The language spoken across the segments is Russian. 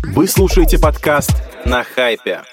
Вы слушаете подкаст «На хайпе».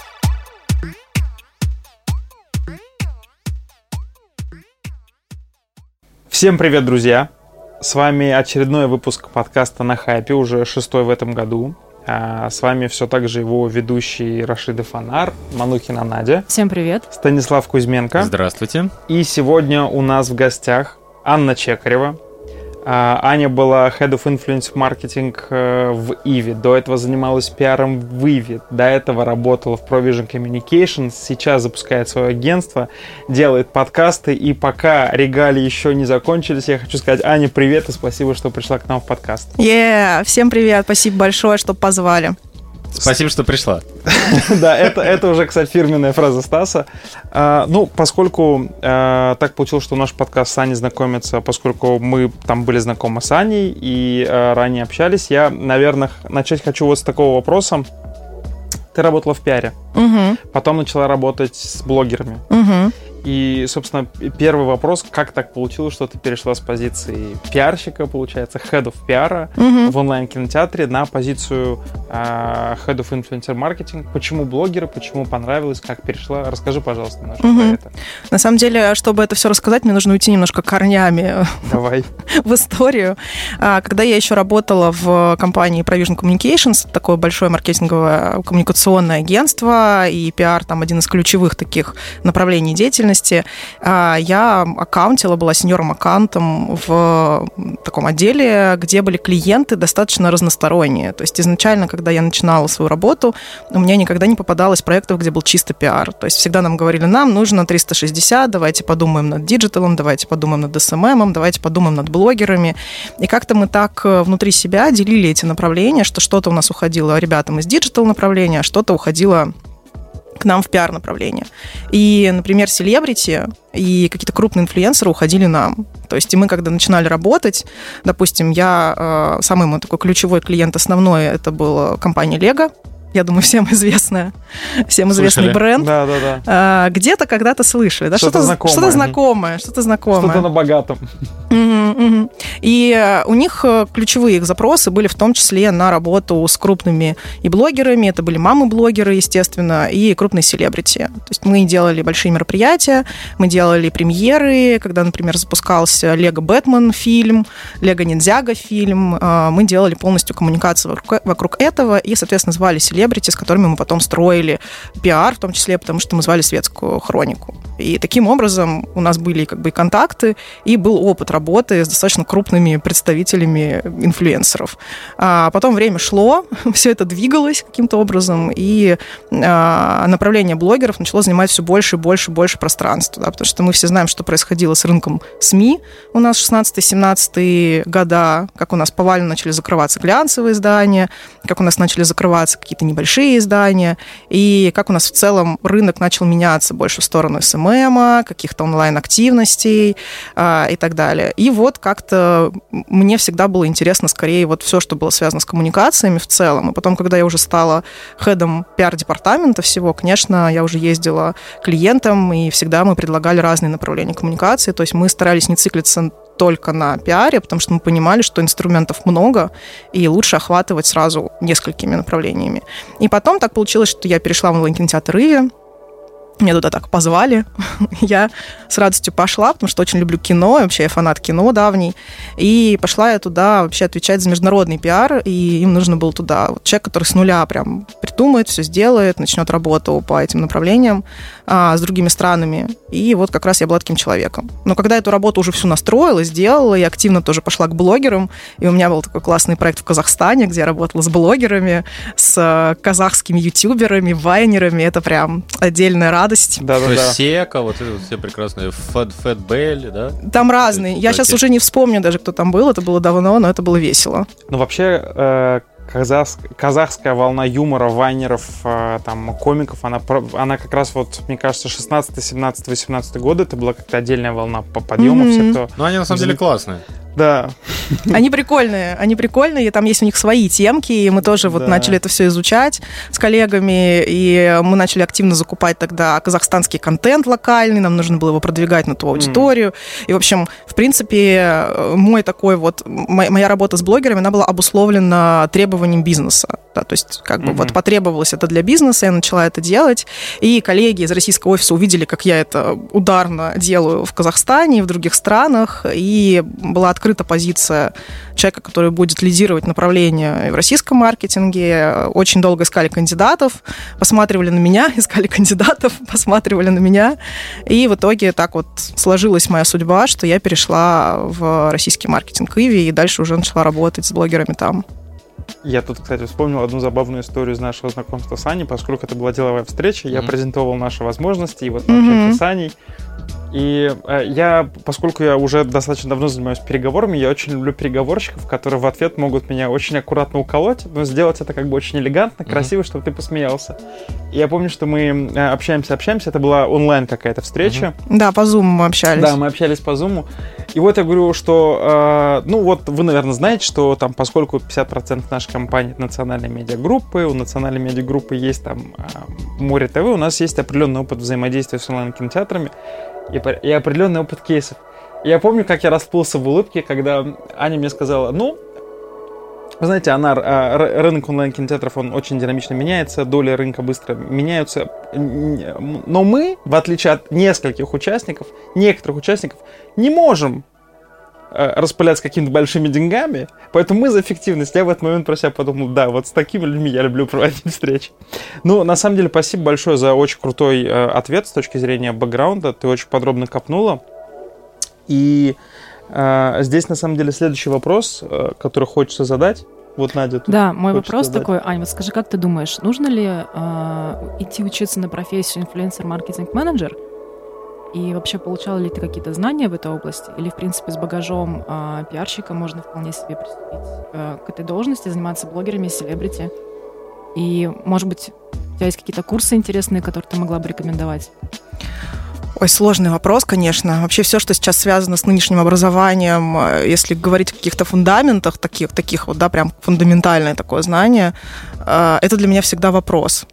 Всем привет, друзья! С вами очередной выпуск подкаста «На хайпе», уже 6-й в этом году. С вами все так же его ведущий Рашид Фонар, Манухина Надя. Всем привет. Станислав Кузьменко. Здравствуйте. И сегодня у нас в гостях Анна Чекарева. Аня была Head of Influence Marketing в Иве. До этого занималась пиаром в Иве. До этого работала в Provision Communications. Сейчас запускает свое агентство, делает подкасты. И пока регалии еще не закончились, я хочу сказать: Аня, привет и спасибо, что пришла к нам в подкаст. Всем привет. Спасибо большое, что позвали. Спасибо, что пришла. Да, это уже, кстати, фирменная фраза Стаса. Поскольку так получилось, что наш подкаст с Аней знакомится, поскольку мы там были знакомы с Аней и ранее общались, я, наверное, начать хочу вот с такого вопроса. Ты работала в пиаре, потом начала работать с блогерами. И, собственно, первый вопрос: как так получилось, что ты перешла с позиции пиарщика, получается, head of пиара в онлайн-кинотеатре на позицию head of influencer marketing? Почему блогеры, почему понравилось, как перешла? Расскажи, пожалуйста, немножко про это. На самом деле, чтобы это все рассказать, мне нужно уйти немножко корнями в историю. Когда я еще работала в компании Provision Communications, такое большое маркетинговое коммуникационное агентство, и пиар там один из ключевых таких направлений деятельности, я аккаунтила, была сеньором-аккаунтом в таком отделе, где были клиенты достаточно разносторонние. То есть изначально, когда я начинала свою работу, у меня никогда не попадалось проектов, где был чисто пиар. То есть всегда нам говорили: нам нужно 360, давайте подумаем над диджиталом, давайте подумаем над SMM, давайте подумаем над блогерами. И как-то мы так внутри себя делили эти направления, что что-то у нас уходило ребятам из диджитал направления, а что-то уходило к нам в пиар-направление. И, например, селебрити и какие-то крупные инфлюенсеры уходили нам. То есть и мы, когда начинали работать, допустим, самый мой такой ключевой клиент основной, это была компания Lego. Я думаю, всем известный бренд. Да. Где-то когда-то слышали. Да? Что-то знакомое. Что-то на богатом. И у них ключевые их запросы были в том числе на работу с крупными и блогерами. Это были мамы-блогеры, естественно, и крупные селебрити. То есть мы делали большие мероприятия, мы делали премьеры, когда, например, запускался Лего Бэтмен фильм, Лего Ниндзяго фильм. Мы делали полностью коммуникацию вокруг этого и, соответственно, звали селебрити, с которыми мы потом строили пиар, в том числе потому, что мы звали светскую хронику. И таким образом у нас были как бы и контакты, и был опыт работы с достаточно крупными представителями инфлюенсеров. А потом время шло, все это двигалось каким-то образом, и направление блогеров начало занимать все больше и больше пространства, да, потому что мы все знаем, что происходило с рынком СМИ у нас в 16-17 года, как у нас повально начали закрываться глянцевые издания, как у нас начали закрываться какие-то небольшие издания, и как у нас в целом рынок начал меняться больше в сторону СММа, каких-то онлайн-активностей и так далее. И вот как-то мне всегда было интересно скорее вот все, что было связано с коммуникациями в целом. И потом, когда я уже стала хедом пиар-департамента всего, конечно, я уже ездила к клиентам, и всегда мы предлагали разные направления коммуникации. То есть мы старались не циклиться только на пиаре, потому что мы понимали, что инструментов много, и лучше охватывать сразу несколькими направлениями. И потом так получилось, что я перешла в онлайн-кинотеатр Иве. Меня туда так позвали. Я с радостью пошла, потому что очень люблю кино, и вообще я фанат кино давний. И пошла я туда вообще отвечать за международный пиар, и им нужно было туда человек, который с нуля прям придумает, все сделает, начнет работу по этим направлениям с другими странами. И вот как раз я была таким человеком. Но когда эту работу уже всю настроила, сделала, я активно тоже пошла к блогерам, и у меня был такой классный проект в Казахстане, где я работала с блогерами, с казахскими ютуберами, вайнерами. Это прям отдельная радость. Да. Сека, вот это вот все прекрасные, Фэтбелли, да? Там разные. Я сейчас уже не вспомню даже, кто там был. Это было давно, но это было весело. Ну, вообще, казахская волна юмора, вайнеров, там, комиков, она как раз вот, мне кажется, 16, 17, 18 годы, это была как-то отдельная волна по подъему. Все, кто... Ну, они на самом деле классные. Да. Они прикольные, там есть у них свои темки, и мы тоже вот начали это все изучать с коллегами, и мы начали активно закупать тогда казахстанский контент локальный, нам нужно было его продвигать на ту аудиторию, и, в общем, в принципе, моя работа с блогерами, она была обусловлена требованием бизнеса. Да, то есть как бы вот потребовалось это для бизнеса, я начала это делать, и коллеги из российского офиса увидели, как я это ударно делаю в Казахстане и в других странах, и была открыта позиция человека, который будет лидировать направление в российском маркетинге. Очень долго искали кандидатов, посматривали на меня, искали кандидатов, посматривали на меня, и в итоге так вот сложилась моя судьба, что я перешла в российский маркетинг Иви и дальше уже начала работать с блогерами там. Я тут, кстати, вспомнил одну забавную историю из нашего знакомства с Аней, поскольку это была деловая встреча, я презентовал наши возможности, и вот мы общаемся с Аней. И поскольку я уже достаточно давно занимаюсь переговорами, я очень люблю переговорщиков, которые в ответ могут меня очень аккуратно уколоть, но сделать это как бы очень элегантно, красиво, чтобы ты посмеялся. И я помню, что мы общаемся, это была онлайн какая-то встреча. Да, по Zoom мы общались. Да, мы общались по Zoom. И вот я говорю, что, вы, наверное, знаете, что там, поскольку 50% нашей компании — это национальные медиагруппы, у национальной медиагруппы есть там Море ТВ, у нас есть определенный опыт взаимодействия с онлайн-кинотеатрами и определенный опыт кейсов. И я помню, как я расплылся в улыбке, когда Аня мне сказала, вы знаете, рынок онлайн-кинотеатров, он очень динамично меняется, доли рынка быстро меняются, но мы, в отличие от некоторых участников, не можем распыляться какими-то большими деньгами, поэтому мы за эффективность. Я в этот момент про себя подумал, да, вот с такими людьми я люблю проводить встречи. На самом деле, спасибо большое за очень крутой ответ с точки зрения бэкграунда, ты очень подробно копнула. И здесь, на самом деле, следующий вопрос, который хочется задать. Вот Надя тут. Да, мой вопрос такой, Ань, вот скажи, как ты думаешь, нужно ли идти учиться на профессию инфлюенсер-маркетинг-менеджер? И вообще, получала ли ты какие-то знания в этой области? Или, в принципе, с багажом пиарщика можно вполне себе приступить к этой должности, заниматься блогерами, селебрити? И, может быть, у тебя есть какие-то курсы интересные, которые ты могла бы рекомендовать? Ой, сложный вопрос, конечно. Вообще все, что сейчас связано с нынешним образованием, если говорить о каких-то фундаментах, таких вот, да, прям фундаментальное такое знание, это для меня всегда вопрос.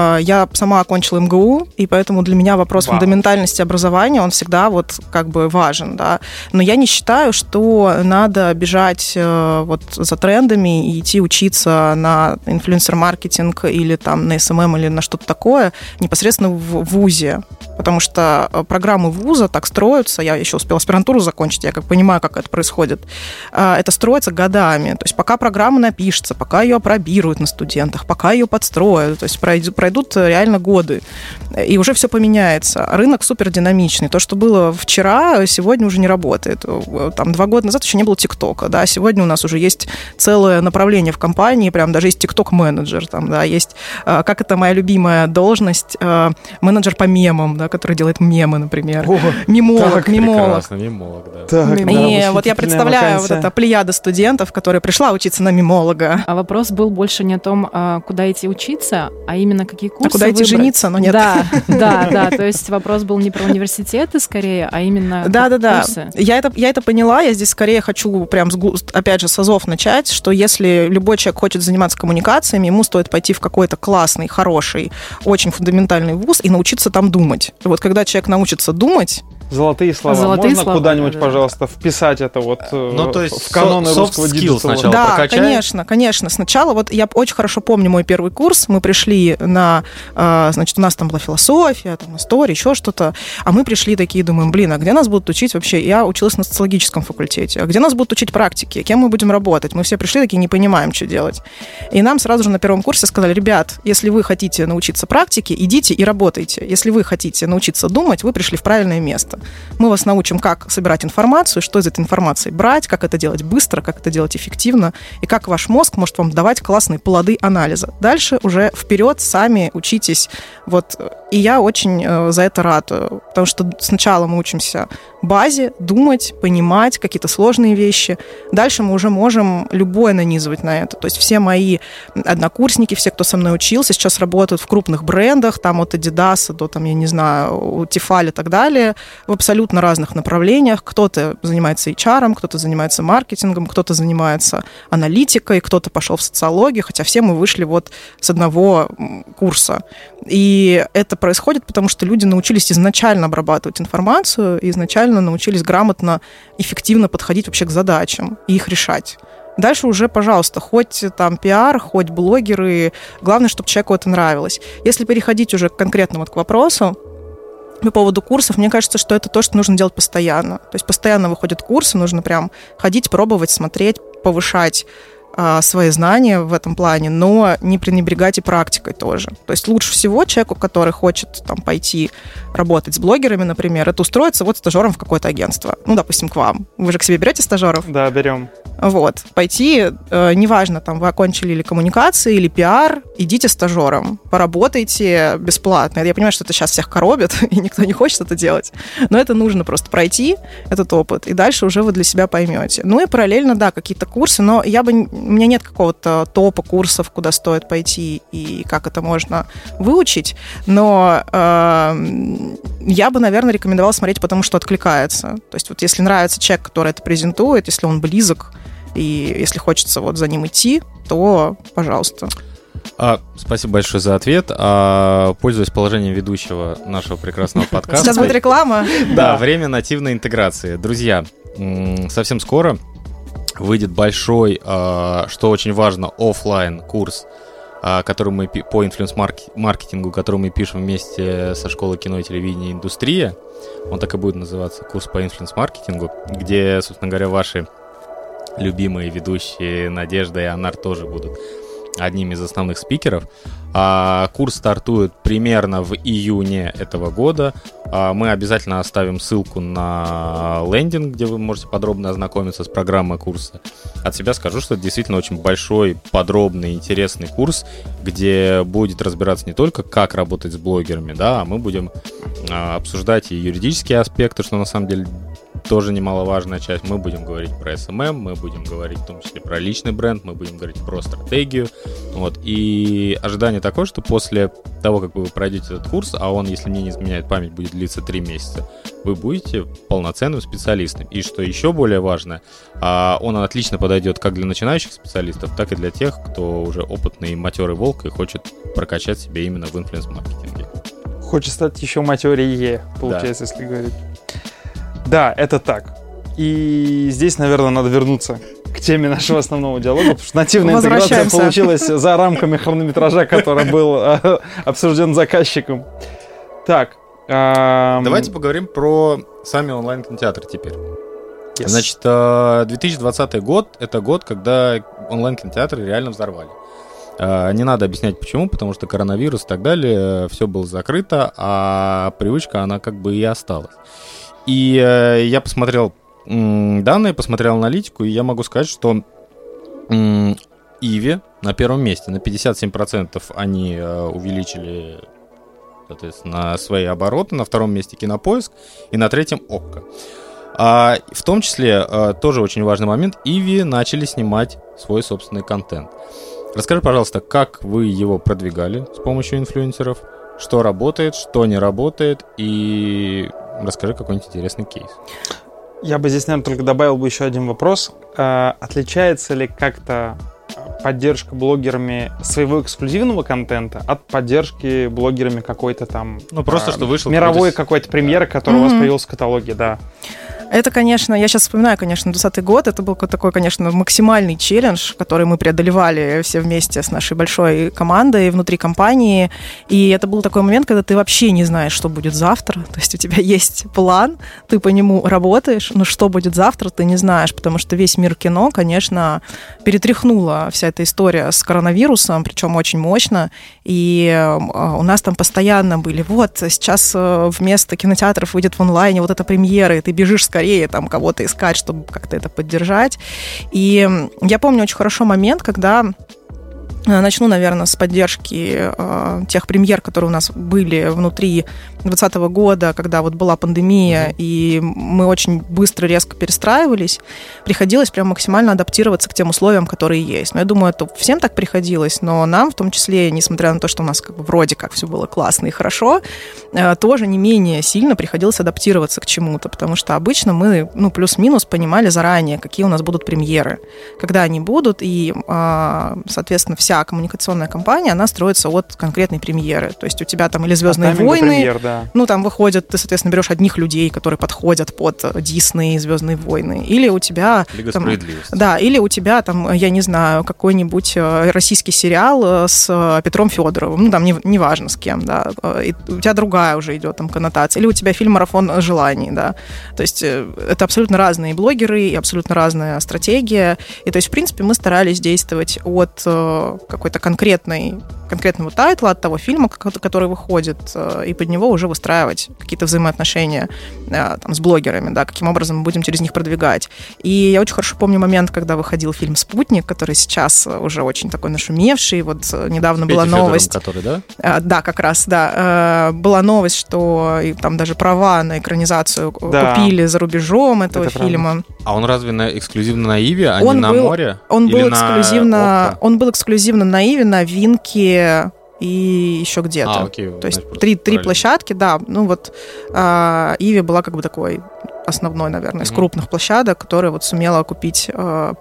Я сама окончила МГУ, и поэтому для меня вопрос фундаментальности образования, он всегда вот как бы важен, да. Но я не считаю, что надо бежать вот за трендами и идти учиться на инфлюенсер-маркетинг или там на СММ или на что-то такое непосредственно в вузе. Потому что программы вуза так строятся, я еще успела аспирантуру закончить, я как понимаю, как это происходит. Это строится годами. То есть пока программа напишется, пока ее опробируют на студентах, пока ее подстроят, то есть пройдут реально годы, и уже все поменяется. Рынок супердинамичный. То, что было вчера, сегодня уже не работает. Там 2 года назад еще не было ТикТока, да, сегодня у нас уже есть целое направление в компании, прям даже есть ТикТок-менеджер, там, да, есть, как это моя любимая должность, менеджер по мемам, да, который делает мемы, например. Мемолог. Прекрасно, мемолог, да. Так, и вот я представляю вот эта плеяда студентов, которая пришла учиться на мемолога. А вопрос был больше не о том, куда идти учиться, а именно какие курсы куда идти жениться, но нет. Да, то есть вопрос был не про университеты скорее, а именно курсы. Я это поняла, я здесь скорее хочу прям, опять же, с азов начать, что если любой человек хочет заниматься коммуникациями, ему стоит пойти в какой-то классный, хороший, очень фундаментальный вуз и научиться там думать. Вот когда человек научится думать... Золотые слова. Можно куда-нибудь, пожалуйста, вписать это вот то есть в каноны русского диджитала? Сначала да, прокачать? конечно. Сначала вот я очень хорошо помню мой первый курс. Мы пришли на... Значит, у нас там была философия, там история, еще что-то. А мы пришли такие, думаем, а где нас будут учить вообще? Я училась на социологическом факультете. А где нас будут учить практики? Кем мы будем работать? Мы все пришли такие, не понимаем, что делать. И нам сразу же на первом курсе сказали, ребят, если вы хотите научиться практике, идите и работайте. Если вы хотите научиться думать, вы пришли в правильное место. Мы вас научим, как собирать информацию, что из этой информации брать, как это делать быстро, как это делать эффективно, и как ваш мозг может вам давать классные плоды анализа. Дальше уже вперед сами учитесь. Вот. И я очень за это ратую, потому что сначала мы учимся базе, думать, понимать какие-то сложные вещи. Дальше мы уже можем любое нанизывать на это. То есть все мои однокурсники, все, кто со мной учился, сейчас работают в крупных брендах, там от Adidas до, там, я не знаю, Тефаль и так далее, в абсолютно разных направлениях. Кто-то занимается HR, кто-то занимается маркетингом, кто-то занимается аналитикой, кто-то пошел в социологию, хотя все мы вышли вот с одного курса. И это происходит, потому что люди научились изначально обрабатывать информацию, и изначально научились грамотно, эффективно подходить вообще к задачам и их решать. Дальше уже, пожалуйста, хоть там пиар, хоть блогеры, главное, чтобы человеку это нравилось. Если переходить уже конкретно вот к вопросу по поводу курсов, мне кажется, что это то, что нужно делать постоянно. То есть постоянно выходят курсы, нужно прям ходить, пробовать, смотреть, повышать свои знания в этом плане, но не пренебрегать и практикой тоже. То есть лучше всего человеку, который хочет там пойти работать с блогерами, например, это устроиться вот стажером в какое-то агентство. Ну, допустим, к вам. Вы же к себе берете стажеров? Да, берем. Вот. Пойти, неважно, там, вы окончили или коммуникации, или пиар, идите стажером, поработайте бесплатно. Я понимаю, что это сейчас всех коробит, и никто не хочет это делать, но это нужно просто пройти, этот опыт, и дальше уже вы для себя поймете. Ну и параллельно, да, какие-то курсы, но у меня нет какого-то топа курсов, куда стоит пойти и как это можно выучить, но я бы, наверное, рекомендовала смотреть потому, что откликается. То есть вот если нравится человек, который это презентует, если он близок, и если хочется вот за ним идти, то пожалуйста. Спасибо большое за ответ. Пользуясь положением ведущего нашего прекрасного подкаста. Сейчас будет реклама. Да, время нативной интеграции. Друзья, совсем скоро выйдет большой, что очень важно, офлайн курс, который мы по инфлюенс-маркетингу, который мы пишем вместе со школой кино и телевидения «Индустрия». Он так и будет называться, курс по инфлюенс-маркетингу, где, собственно говоря, ваши любимые ведущие Надежда и Анар тоже будут одними из основных спикеров. Курс стартует примерно в июне этого года. Мы обязательно оставим ссылку на лендинг, где вы можете подробно ознакомиться с программой курса. От себя скажу, что это действительно очень большой, подробный, интересный курс, где будет разбираться не только, как работать с блогерами, да, а мы будем обсуждать и юридические аспекты, что на самом деле тоже немаловажная часть. Мы будем говорить про SMM, мы будем говорить в том числе про личный бренд, мы будем говорить про стратегию. Вот. И ожидание такое, что после того, как вы пройдете этот курс, а он, если мне не изменяет память, будет длиться 3 месяца, вы будете полноценным специалистом. И что еще более важно, он отлично подойдет как для начинающих специалистов, так и для тех, кто уже опытный матерый волк и хочет прокачать себя именно в инфлюенс-маркетинге. Хочет стать еще матерее, получается, да. Если говорить. Да, это так. И здесь, наверное, надо вернуться к теме нашего основного диалога, потому что нативная интеграция получилась за рамками хронометража, который был обсужден заказчиком. Так. Давайте поговорим про сами онлайн-кинотеатры теперь. Yes. Значит, 2020 год — это год, когда онлайн-кинотеатры реально взорвали. Не надо объяснять почему, потому что коронавирус и так далее, все было закрыто, а привычка, она как бы и осталась. И я посмотрел данные, посмотрел аналитику, и я могу сказать, что Иви на первом месте, на 57% они увеличили, соответственно, свои обороты, на втором месте Кинопоиск и на третьем Окко. В том числе, тоже очень важный момент, Иви начали снимать свой собственный контент. Расскажи, пожалуйста, как вы его продвигали с помощью инфлюенсеров, что работает, что не работает, и расскажи какой-нибудь интересный кейс. Я бы здесь, наверное, только добавил бы еще один вопрос. Отличается ли как-то поддержка блогерами своего эксклюзивного контента от поддержки блогерами какой-то там... Ну, просто что вышел... Мировой какой-то премьеры, который у вас появился в каталоге, да. Это, конечно, я сейчас вспоминаю, конечно, 2020 год, это был такой, конечно, максимальный челлендж, который мы преодолевали все вместе с нашей большой командой внутри компании, и это был такой момент, когда ты вообще не знаешь, что будет завтра, то есть у тебя есть план, ты по нему работаешь, но что будет завтра, ты не знаешь, потому что весь мир кино, конечно, перетряхнула вся эта история с коронавирусом, причем очень мощно, и у нас там постоянно были, вот, сейчас вместо кинотеатров выйдет в онлайне вот эта премьера, и ты бежишь скорее там кого-то искать, чтобы как-то это поддержать. И я помню очень хорошо момент, когда начну, наверное, с поддержки тех премьер, которые у нас были внутри 2020 года, когда вот была пандемия, и мы очень быстро, резко перестраивались. Приходилось прям максимально адаптироваться к тем условиям, которые есть. Но я думаю, это всем так приходилось, но нам в том числе, несмотря на то, что у нас как бы вроде как все было классно и хорошо, тоже не менее сильно приходилось адаптироваться к чему-то, потому что обычно мы, плюс-минус понимали заранее, какие у нас будут премьеры, когда они будут, и, соответственно, вся вся коммуникационная кампания, она строится от конкретной премьеры. То есть у тебя там или «Звездные войны», премьер, да. ну, там выходят, ты, соответственно, берешь одних людей, которые подходят под Дисней, «Звездные войны», или у тебя... Лига там, справедливости. да, или у тебя там, я не знаю, какой-нибудь российский сериал с Петром Федоровым, ну, там, неважно с кем, да, и у тебя другая уже идет там коннотация, или у тебя фильм «Марафон желаний», да, то есть это абсолютно разные блогеры и абсолютно разная стратегия, и то есть, в принципе, мы старались действовать от какой-то конкретного тайтла, от того фильма, который выходит, и под него уже выстраивать какие-то взаимоотношения там, с блогерами, да, каким образом мы будем через них продвигать. И я очень хорошо помню момент, когда выходил фильм «Спутник», который сейчас уже очень такой нашумевший, вот недавно была новость... Который, да? Да, как раз, да. Была новость, что там даже права на экранизацию купили за рубежом этого фильма. Правда. А он разве эксклюзивно на Иве, а не на море? Он был эксклюзивно на Иве, на Винке и еще где-то. Окей, то есть три площадки, да. Ну вот Иви была как бы такой основной, наверное, из крупных площадок, которая вот сумела купить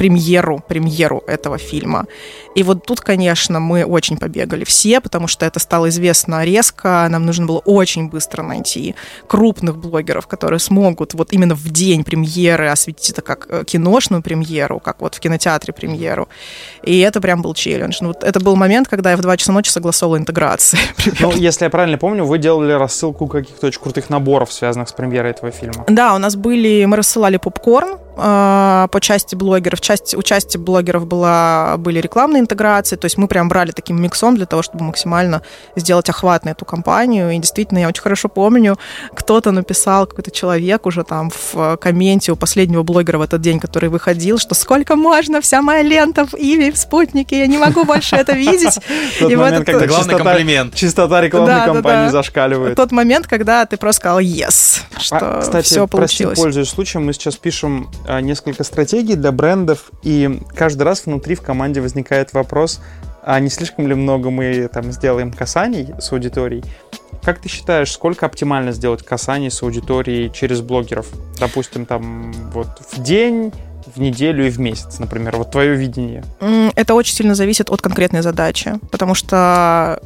премьеру этого фильма. И вот тут, конечно, мы очень побегали все, потому что это стало известно резко, нам нужно было очень быстро найти крупных блогеров, которые смогут вот именно в день премьеры осветить это как киношную премьеру, как вот в кинотеатре премьеру. И это прям был челлендж. Ну, вот это был момент, когда я в 2 часа ночи согласовала интеграции. Ну, если я правильно помню, вы делали рассылку каких-то очень крутых наборов, связанных с премьерой этого фильма. Да, у нас мы рассылали попкорн по части блогеров. У части блогеров были рекламные интеграции, то есть мы прям брали таким миксом для того, чтобы максимально сделать охват на эту кампанию. И действительно, я очень хорошо помню, кто-то написал, какой-то человек уже там в комменте у последнего блогера в этот день, который выходил, что сколько можно, вся моя лента в Иве, в «Спутнике», я не могу больше это видеть. Тот момент, когда чистота рекламной кампании зашкаливает. Тот момент, когда ты просто сказал «yes», что все получилось. Кстати, пользуясь случаем, мы сейчас пишем несколько стратегий для брендов, и каждый раз внутри в команде возникает вопрос, а не слишком ли много мы там сделаем касаний с аудиторией? Как ты считаешь, сколько оптимально сделать касаний с аудиторией через блогеров? Допустим, там вот в день, в неделю и в месяц, например. Вот твое видение. Это очень сильно зависит от конкретной задачи, потому что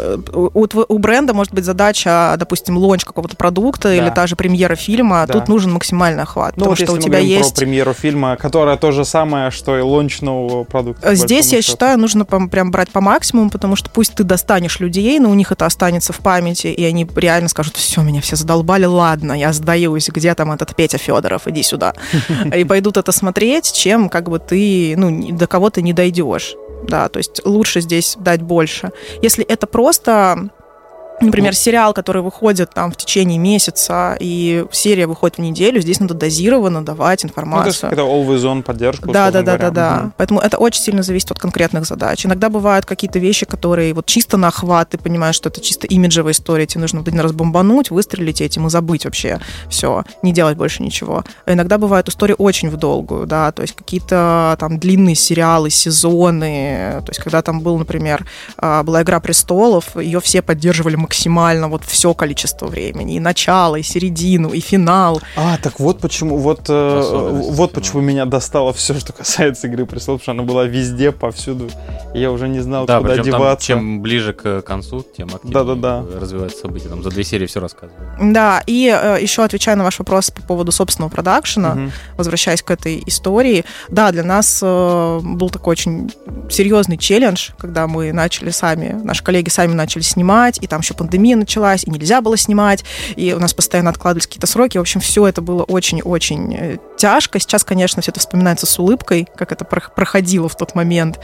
у бренда может быть задача, допустим, лонч какого-то продукта или та же премьера фильма, тут нужен максимальный охват, потому что у тебя есть... про премьеру фильма, которая то же самое, что и лонч нового продукта. Здесь, я считаю, нужно прям брать по максимуму, потому что пусть ты достанешь людей, но у них это останется в памяти, и они реально скажут: все, меня все задолбали, ладно, я сдаюсь, где там этот Петя Федоров, иди сюда. И пойдут это смотреть, чем как бы ты, до кого ты не дойдешь. Да, то есть лучше здесь дать больше. Если это просто, например, сериал, который выходит там в течение месяца, и серия выходит в неделю, здесь надо дозированно давать информацию. Это always on поддержку. Да. Поэтому это очень сильно зависит от конкретных задач. Иногда бывают какие-то вещи, которые вот чисто на охват, ты понимаешь, что это чисто имиджевая история, тебе нужно один раз бомбануть, выстрелить этим и забыть вообще все, не делать больше ничего. А иногда бывают истории очень в долгую, да, то есть какие-то там длинные сериалы, сезоны, то есть когда там был, например, была «Игра престолов», ее все поддерживали максимально вот все количество времени, и начало, и середину, и финал. Так вот почему, почему меня достало все, что касается «Игры престолов», потому что она была везде, повсюду, и я уже не знал, куда деваться. Там, чем ближе к концу, тем активнее развиваются события, там за 2 серии все рассказывают. Да, и еще отвечая на ваш вопрос по поводу собственного продакшена, возвращаясь к этой истории, да, для нас был такой очень серьезный челлендж, когда мы начали наши коллеги сами начали снимать, и там еще пандемия началась, и нельзя было снимать, и у нас постоянно откладывались какие-то сроки. В общем, все это было очень-очень тяжко. Сейчас, конечно, все это вспоминается с улыбкой, как это проходило в тот момент.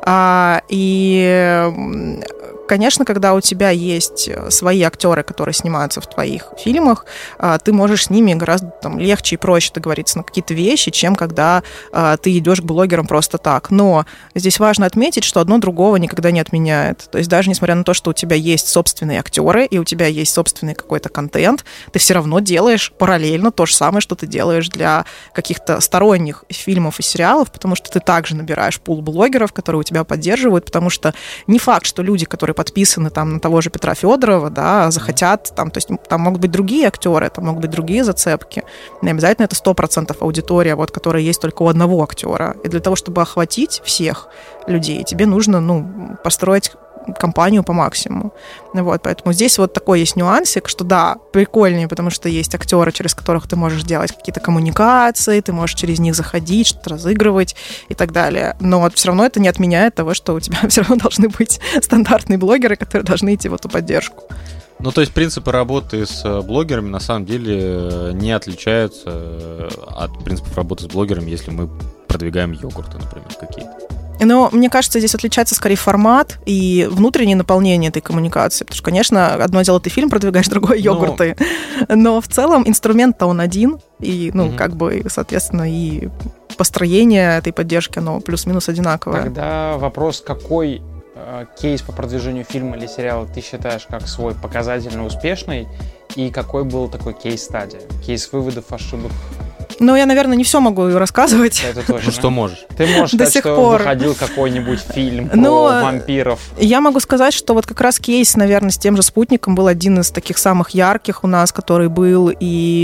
И, конечно, когда у тебя есть свои актеры, которые снимаются в твоих фильмах, ты можешь с ними гораздо легче и проще договориться на какие-то вещи, чем когда ты идешь к блогерам просто так. Но здесь важно отметить, что одно другого никогда не отменяет. То есть даже несмотря на то, что у тебя есть собственные актеры, и у тебя есть собственный какой-то контент, ты все равно делаешь параллельно то же самое, что ты делаешь для каких-то сторонних фильмов и сериалов, потому что ты также набираешь пул блогеров, которые у тебя поддерживают, потому что не факт, что люди, которые подписаны там на того же Петра Федорова, да, захотят, там, то есть там могут быть другие актеры, там могут быть другие зацепки. Не обязательно это 100% аудитория, вот, которая есть только у одного актера. И для того, чтобы охватить всех людей, тебе нужно, построить компанию по максимуму. Вот, поэтому здесь вот такой есть нюансик, что да, прикольнее, потому что есть актеры, через которых ты можешь делать какие-то коммуникации, ты можешь через них заходить, что-то разыгрывать и так далее. Но все равно это не отменяет того, что у тебя все равно должны быть стандартные блогеры, которые должны идти в эту поддержку. Ну, то есть принципы работы с блогерами на самом деле не отличаются от принципов работы с блогерами, если мы продвигаем йогурты, например, какие-то. Но мне кажется, здесь отличается скорее формат и внутреннее наполнение этой коммуникации. Потому что, конечно, одно дело ты фильм продвигаешь, другое йогурты. Но в целом инструмент-то он один. И, как бы, соответственно, и построение этой поддержки, оно плюс-минус одинаковое. Тогда вопрос, какой кейс по продвижению фильма или сериала ты считаешь как свой показательно успешный, и какой был такой кейс-стадия? Кейс выводов, ошибок? Ну, я, наверное, не все могу рассказывать. Это точно. Ну, что можешь? Ты можешь до сказать, сих что пор выходил какой-нибудь фильм про вампиров. Я могу сказать, что вот как раз кейс, наверное, с тем же «Спутником» был один из таких самых ярких у нас, который был,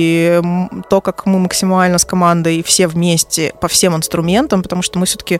и то, как мы максимально с командой все вместе по всем инструментам, потому что мы все-таки,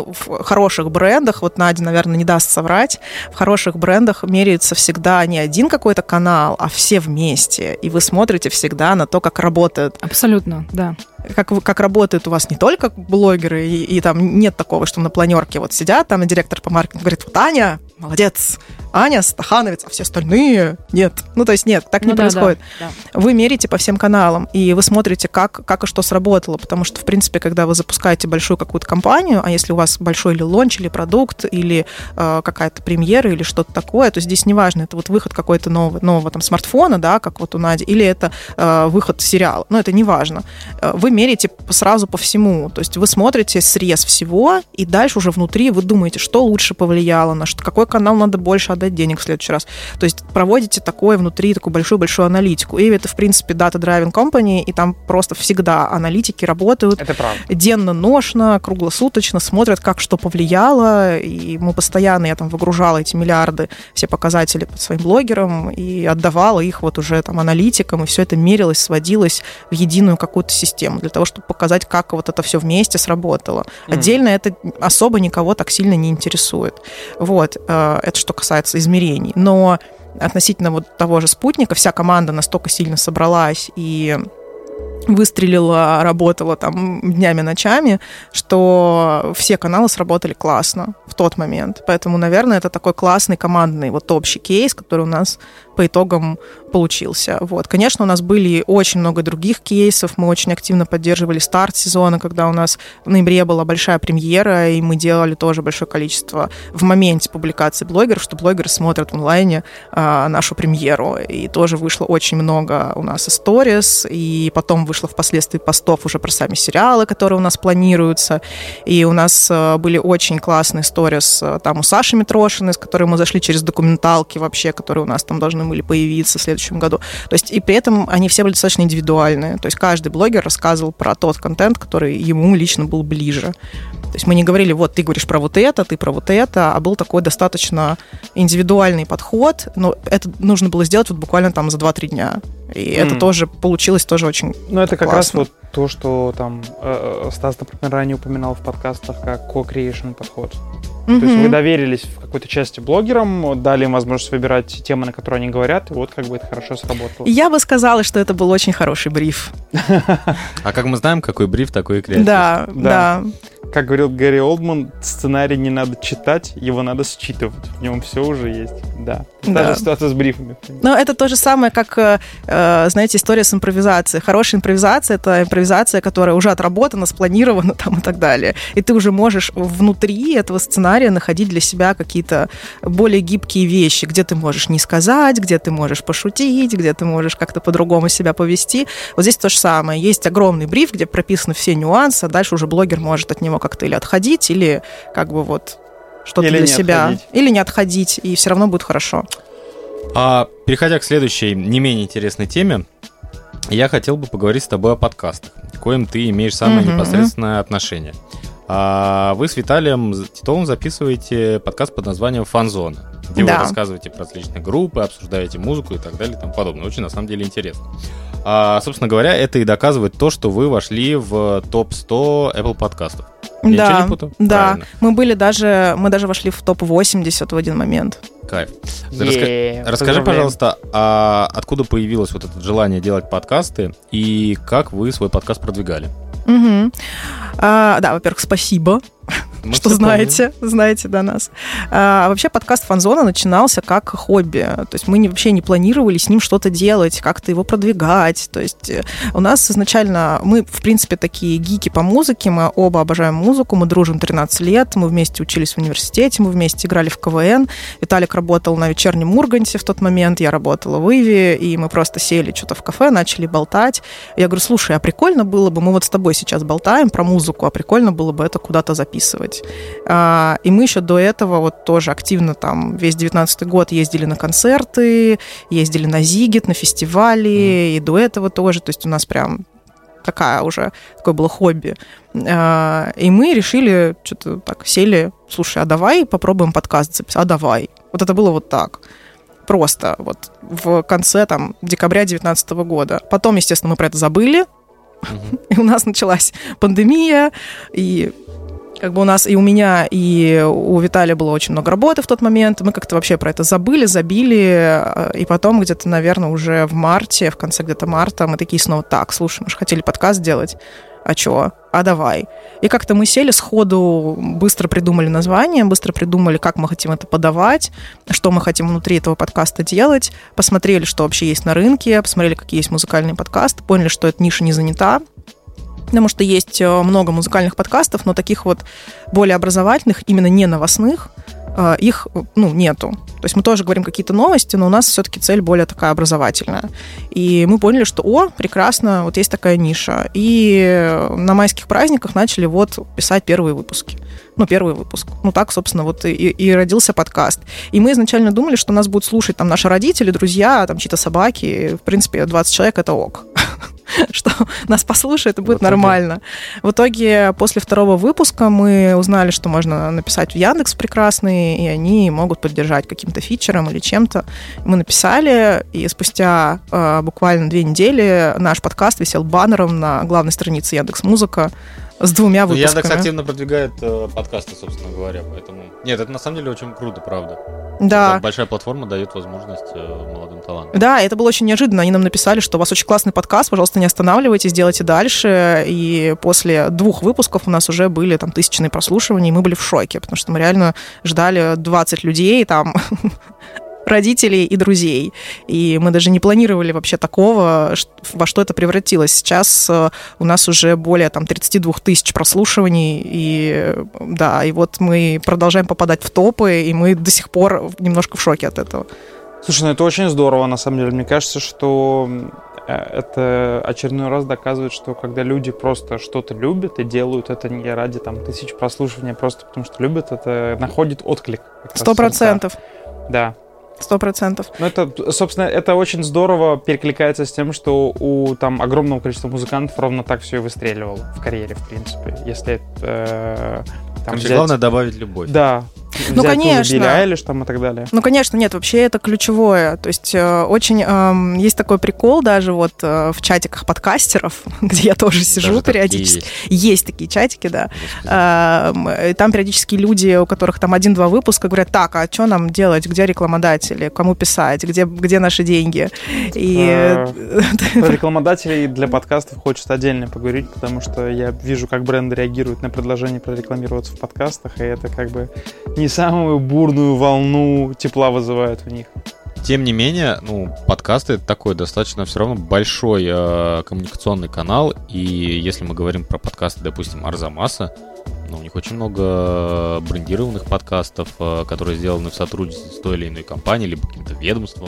в хороших брендах, вот Надя, наверное, не даст соврать, в хороших брендах меряется всегда не один какой-то канал, а все вместе, и вы смотрите всегда на то, как работает. Абсолютно, да. Как работают у вас не только блогеры, и там нет такого, что на планерке вот сидят, там и директор по маркетингу говорит: вот Аня, молодец, Аня стахановец, а все остальные нет. То есть нет, так не происходит. Да. Вы мерите по всем каналам, и вы смотрите, как и что сработало, потому что, в принципе, когда вы запускаете большую какую-то компанию, а если у вас большой или лонч, или продукт, или какая-то премьера, или что-то такое, то здесь неважно, это вот выход какой-то нового там смартфона, да, как вот у Нади, или это выход сериала, это неважно. Вы меряете сразу по всему, то есть вы смотрите срез всего, и дальше уже внутри вы думаете, что лучше повлияло, на что, какой канал надо больше отдать денег в следующий раз. То есть проводите такую большую-большую аналитику. И это, в принципе, data-driven company, и там просто всегда аналитики работают. Это правда. Денно-ношно, круглосуточно смотрят, как что повлияло, и мы постоянно, я там выгружала эти миллиарды, все показатели под своим блогерам, и отдавала их вот уже там аналитикам, и все это мерилось, сводилось в единую какую-то систему, для того, чтобы показать, как вот это все вместе сработало. Отдельно это особо никого так сильно не интересует. Вот. Это что касается измерений. Но относительно вот того же «Спутника» вся команда настолько сильно собралась и выстрелила, работала там днями, ночами, что все каналы сработали классно в тот момент. Поэтому, наверное, это такой классный командный вот общий кейс, который у нас по итогам получился. Вот. Конечно, у нас были очень много других кейсов. Мы очень активно поддерживали старт сезона, когда у нас в ноябре была большая премьера, и мы делали тоже большое количество в моменте публикации блогеров, что блогеры смотрят в онлайне нашу премьеру. И тоже вышло очень много у нас сторис, и потом вышло впоследствии постов уже про сами сериалы, которые у нас планируются. И у нас были очень классные сторис там у Саши Митрошиной, с которой мы зашли через документалки вообще, которые у нас там должны были появиться в следующем году. То есть, и при этом они все были достаточно индивидуальные. То есть каждый блогер рассказывал про тот контент, который ему лично был ближе. То есть мы не говорили, вот ты говоришь про вот это, ты про вот это, а был такой достаточно индивидуальный подход, но это нужно было сделать вот буквально там за 2-3 дня. И это тоже получилось тоже очень классно. Это как раз вот то, что там Стас, например, ранее упоминал в подкастах как co-creation подход. То есть вы доверились в какой-то части блогерам, дали им возможность выбирать темы, на которые они говорят, и вот как бы это хорошо сработало. Я бы сказала, что это был очень хороший бриф. А как мы знаем, какой бриф, такой и креатив. Да. Как говорил Гэри Олдман, сценарий не надо читать, его надо считывать. В нем все уже есть. Да. Та же ситуация с брифами. Но это то же самое, как, знаете, история с импровизацией. Хорошая импровизация — это импровизация, которая уже отработана, спланирована там и так далее. И ты уже можешь внутри этого сценария находить для себя какие-то более гибкие вещи, где ты можешь не сказать, где ты можешь пошутить, где ты можешь как-то по-другому себя повести. Вот здесь то же самое. Есть огромный бриф, где прописаны все нюансы, а дальше уже блогер может от него как-то или отходить, или как бы вот что-то или для себя. Отходить. Или не отходить, и все равно будет хорошо. Переходя к следующей, не менее интересной теме, я хотел бы поговорить с тобой о подкастах, к коим ты имеешь самое непосредственное отношение. Вы с Виталием Титовым записываете подкаст под названием «Фан-зона». где вы рассказываете про различные группы, обсуждаете музыку и так далее и тому подобное. Очень, на самом деле, интересно. Собственно говоря, это и доказывает то, что вы вошли в топ-100 Apple подкастов. Я ничего не путаю? Да. Мы даже вошли в топ-80 в один момент. Кайф. Расскажи, пожалуйста, откуда появилось вот это желание делать подкасты и как вы свой подкаст продвигали? Да, во-первых, спасибо, что знаете до нас. Вообще подкаст Фанзона начинался как хобби. То есть мы вообще не планировали с ним что-то делать, как-то его продвигать. То есть у нас изначально, мы, в принципе, такие гики по музыке, мы оба обожаем музыку, мы дружим 13 лет, мы вместе учились в университете, мы вместе играли в КВН. Виталик работал на вечернем Урганте в тот момент, я работала в Иве, и мы просто сели что-то в кафе, начали болтать. Я говорю, слушай, а прикольно было бы, мы вот с тобой сейчас болтаем про музыку, а прикольно было бы это куда-то записывать. И мы еще до этого вот тоже активно там весь 19-й год ездили на концерты, ездили на Зигит, на фестивали, и до этого тоже, то есть у нас прям такое было хобби. И мы решили, что-то так сели, слушай, а давай попробуем подкаст записать, а давай. Вот это было вот так. Просто вот в конце там декабря 2019 года. Потом, естественно, мы про это забыли, и у нас началась пандемия, и как бы у нас и у меня, и у Виталия было очень много работы в тот момент. Мы как-то вообще про это забили. И потом где-то, наверное, уже в марте, в конце где-то марта, мы такие снова, так, слушай, мы же хотели подкаст делать. А чё? А давай. И как-то мы сели сходу, быстро придумали название, быстро придумали, как мы хотим это подавать, что мы хотим внутри этого подкаста делать, посмотрели, что вообще есть на рынке, посмотрели, какие есть музыкальные подкасты, поняли, что эта ниша не занята. Потому что есть много музыкальных подкастов, но таких вот более образовательных, именно не новостных, их нету. То есть мы тоже говорим какие-то новости, но у нас все-таки цель более такая образовательная. И мы поняли, что, прекрасно, вот есть такая ниша. И на майских праздниках начали вот писать первые выпуски. Первый выпуск. Так, собственно, вот и родился подкаст. И мы изначально думали, что нас будут слушать там наши родители, друзья, там чьи-то собаки. В принципе, 20 человек — это ок. Что нас послушает и будет нормально. В итоге, после второго выпуска мы узнали, что можно написать в Яндекс прекрасный, и они могут поддержать каким-то фичером или чем-то. Мы написали, и спустя буквально 2 недели наш подкаст висел баннером на главной странице Яндекс.Музыка с 2 выпусками. Яндекс активно продвигает подкасты, собственно говоря, поэтому... Нет, это на самом деле очень круто, правда. Да. Большая платформа дает возможность молодым талантам. Да, это было очень неожиданно. Они нам написали, что у вас очень классный подкаст, пожалуйста, не останавливайтесь, делайте дальше. И после 2 выпусков у нас уже были там 1000 прослушивания, и мы были в шоке, потому что мы реально ждали 20 людей, там... родителей и друзей. И мы даже не планировали вообще такого, во что это превратилось. Сейчас у нас уже более 32 тысяч прослушиваний, и вот мы продолжаем попадать в топы, и мы до сих пор немножко в шоке от этого. Слушай, это очень здорово, на самом деле. Мне кажется, что это очередной раз доказывает, что когда люди просто что-то любят и делают это не ради 1000 прослушиваний, а просто потому что любят, это находит отклик. 100%. Да. 100%. Это, собственно, это очень здорово перекликается с тем, что у огромного количества музыкантов ровно так все и выстреливало в карьере, в принципе. Если главное добавить любовь. Да. Конечно. Билли Айлиш и так далее. Конечно, нет, вообще это ключевое. То есть очень есть такой прикол даже вот в чатиках подкастеров, где я тоже сижу даже периодически. Есть такие чатики, да. Там периодически люди, у которых 1-2 выпуска, говорят, так, а что нам делать, где рекламодатели, кому писать, где наши деньги? Про рекламодателей для подкастов хочется отдельно поговорить, потому что я вижу, как бренды реагируют на предложение прорекламироваться в подкастах, и это не самую бурную волну тепла вызывает в них. Тем не менее, подкасты — это такой достаточно все равно большой коммуникационный канал, и если мы говорим про подкасты, допустим, Арзамаса, у них очень много брендированных подкастов, которые сделаны в сотрудничестве с той или иной компанией, либо каким-то ведомством.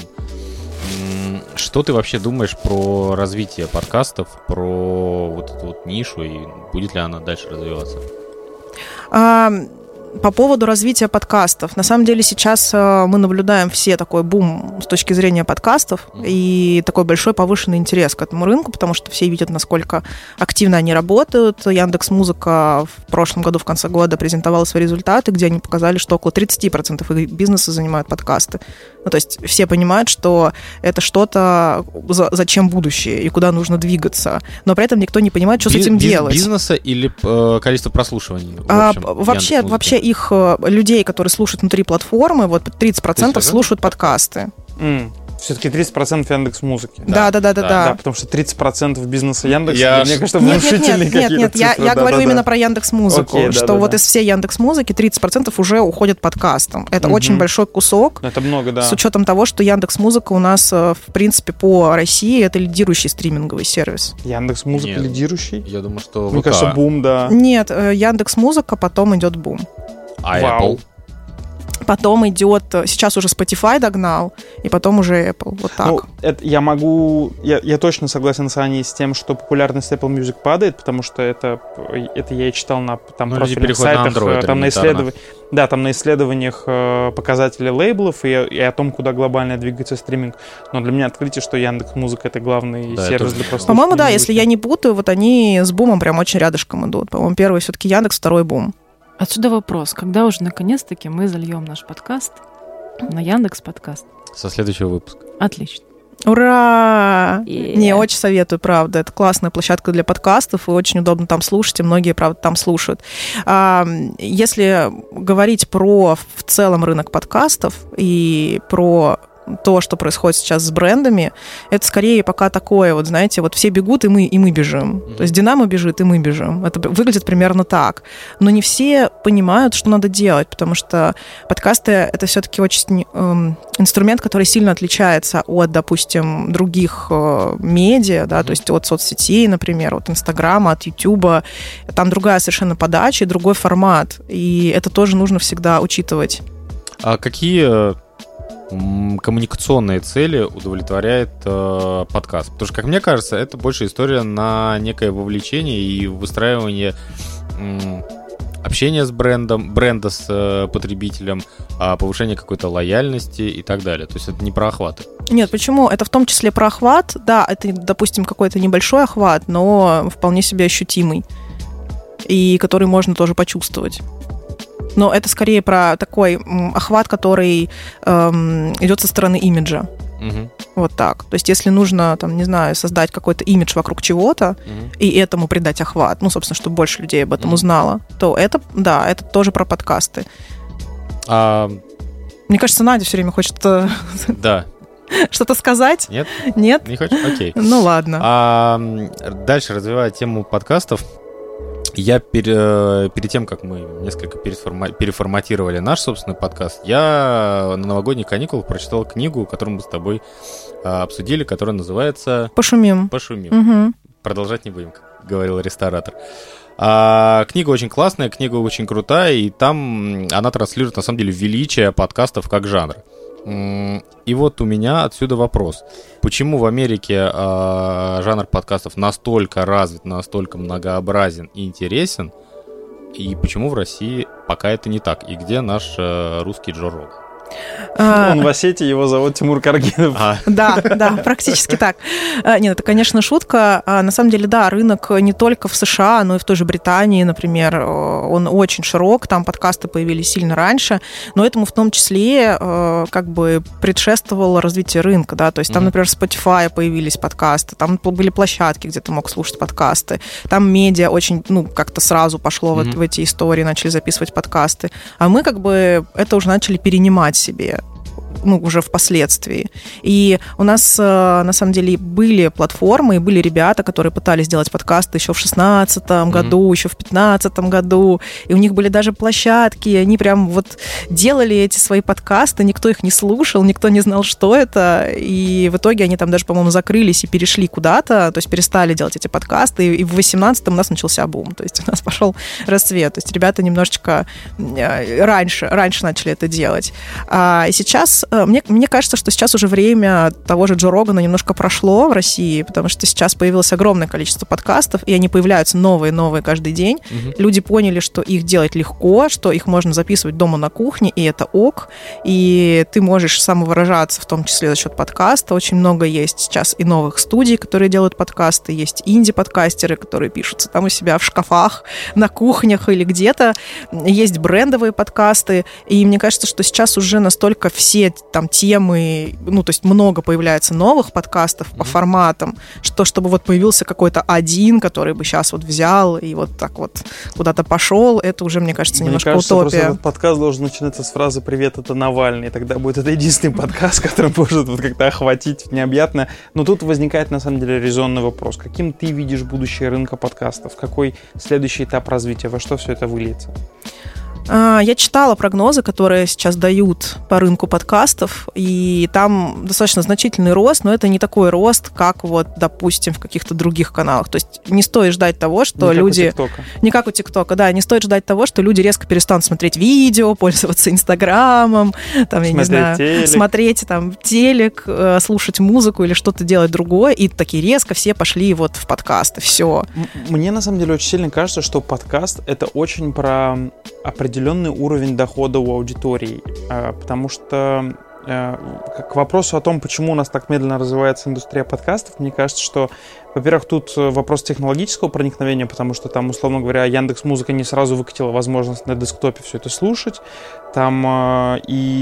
Что ты вообще думаешь про развитие подкастов, про вот эту вот нишу, и будет ли она дальше развиваться? По поводу развития подкастов. На самом деле сейчас мы наблюдаем все такой бум с точки зрения подкастов и такой большой повышенный интерес к этому рынку, потому что все видят, насколько активно они работают. Яндекс.Музыка в прошлом году, в конце года, презентовала свои результаты, где они показали, что около 30% их бизнеса занимают подкасты. Ну, то есть все понимают, что это что-то, зачем будущее и куда нужно двигаться. Но при этом никто не понимает, что с этим делать. Бизнеса или количество прослушиваний? Вообще их людей, которые слушают внутри платформы, вот 30% слушают подкасты. Все-таки 30% Яндекс.Музыки. Да, потому что 30% бизнеса Яндекса, мне кажется, внушительные какие-то Нет, цифры. я говорю именно про Яндекс.Музыку, что вот из всей Яндекс.Музыки 30% уже уходят подкастом. Это очень большой кусок. Это много, да. С учетом того, что Яндекс.Музыка у нас, в принципе, по России это лидирующий стриминговый сервис. Яндекс.Музыка лидирующий? Я думаю, что ВК. Мне кажется, бум, да. Нет, Яндекс.Музыка, потом идет бум. А Apple? Потом идет, сейчас уже Spotify догнал, и потом уже Apple. Вот так. Ну, я точно согласен с Аней с тем, что популярность Apple Music падает, потому что это я и читал на профильных сайтах, там на исследованиях показателей лейблов и о том, куда глобально двигается стриминг. Но для меня открытие, что Яндекс.Музыка — это главный сервис для прослушивания. По-моему, да, если я не путаю, вот они с бумом прям очень рядышком идут. По-моему, первый все-таки Яндекс, второй бум. Отсюда вопрос, когда уже наконец-таки мы зальем наш подкаст на Яндекс.Подкаст? Со следующего выпуска. Отлично. Ура! Не, очень советую, правда. Это классная площадка для подкастов, и очень удобно там слушать, и многие, правда, там слушают. Если говорить про в целом рынок подкастов и про то, что происходит сейчас с брендами, это скорее пока такое, вот знаете, вот все бегут, и мы бежим. То есть Динамо бежит, и мы бежим. Это выглядит примерно так. Но не все понимают, что надо делать, потому что подкасты — это все-таки очень инструмент, который сильно отличается от, допустим, других медиа, да, то есть от соцсетей, например, от Инстаграма, от Ютуба. Там другая совершенно подача и другой формат. И это тоже нужно всегда учитывать. А какие коммуникационные цели удовлетворяет подкаст? Потому что, как мне кажется, это больше история на некое вовлечение и выстраивание общения с бренда с потребителем, повышение какой-то лояльности и так далее. То есть это не про охваты. Нет, почему? Это в том числе про охват. Да, это, допустим, какой-то небольшой охват, но вполне себе ощутимый. И который можно тоже почувствовать. Но это скорее про такой охват, который идет со стороны имиджа. Вот так. То есть если нужно, там, не знаю, создать какой-то имидж вокруг чего-то и этому придать охват, ну, собственно, чтобы больше людей об этом узнало, то это, да, это тоже про подкасты. Мне кажется, Надя все время хочет что-то сказать. Нет? Нет? Не хочешь? Окей. Ну, ладно. Дальше, развивая тему подкастов, я перед тем, как мы несколько переформатировали наш собственный подкаст, я на новогодних каникулах прочитал книгу, которую мы с тобой обсудили, которая называется «Пошумим». Угу. Продолжать не будем, как говорил ресторатор. Книга очень классная, книга очень крутая, и там она транслирует, на самом деле, величие подкастов как жанра. И вот у меня отсюда вопрос. Почему в Америке жанр подкастов настолько развит, настолько многообразен и интересен, и почему в России пока это не так? И где наш русский Джо Роган? Он в Осетии, его зовут Тимур Каргинов. Да, практически так. Нет, это, конечно, шутка. На самом деле, да, рынок не только в США, но и в той же Британии, например, он очень широк, там подкасты появились сильно раньше, но этому в том числе как бы предшествовало развитие рынка, да, то есть там, например, в Spotify появились подкасты, там были площадки, где ты мог слушать подкасты, там медиа очень, как-то сразу пошло в эти истории, начали записывать подкасты, а мы как бы это уже начали перенимать себе, уже впоследствии. И у нас, на самом деле, были платформы, и были ребята, которые пытались делать подкасты еще в 2016 году, еще в 2015 году, и у них были даже площадки, и они прям вот делали эти свои подкасты, никто их не слушал, никто не знал, что это, и в итоге они там даже, по-моему, закрылись и перешли куда-то, то есть перестали делать эти подкасты, и в 2018 у нас начался бум, то есть у нас пошел расцвет, то есть ребята немножечко раньше начали это делать. И сейчас мне кажется, что сейчас уже время того же Джо Рогана немножко прошло в России, потому что сейчас появилось огромное количество подкастов, и они появляются новые каждый день. Люди поняли, что их делать легко, что их можно записывать дома на кухне, и это ок. И ты можешь самовыражаться, в том числе за счет подкаста. Очень много есть сейчас и новых студий, которые делают подкасты, есть инди-подкастеры, которые пишутся там у себя в шкафах, на кухнях или где-то. Есть брендовые подкасты, и мне кажется, что сейчас уже настолько все там темы, то есть много появляется новых подкастов по форматам, что чтобы вот появился какой-то один, который бы сейчас вот взял и вот так вот куда-то пошел, это уже, мне кажется, немножко утопия. Мне кажется, этот подкаст должен начинаться с фразы «Привет, это Навальный», тогда будет это единственный подкаст, который может вот как-то охватить необъятно. Но тут возникает, на самом деле, резонный вопрос. Каким ты видишь будущее рынка подкастов? Какой следующий этап развития? Во что все это выльется? Я читала прогнозы, которые сейчас дают по рынку подкастов, и там достаточно значительный рост, но это не такой рост, как вот, допустим, в каких-то других каналах. То есть не стоит ждать того, что люди... Не как у ТикТока, да. Не стоит ждать того, что люди резко перестанут смотреть видео, пользоваться Инстаграмом, там, смотреть там телек, слушать музыку или что-то делать другое, и такие резко все пошли вот в подкасты, все. Мне, на самом деле, очень сильно кажется, что подкаст — это очень про определенный уровень дохода у аудитории, потому что к вопросу о том, почему у нас так медленно развивается индустрия подкастов, мне кажется, что, во-первых, тут вопрос технологического проникновения, потому что там, условно говоря, Яндекс.Музыка не сразу выкатила возможность на десктопе все это слушать, там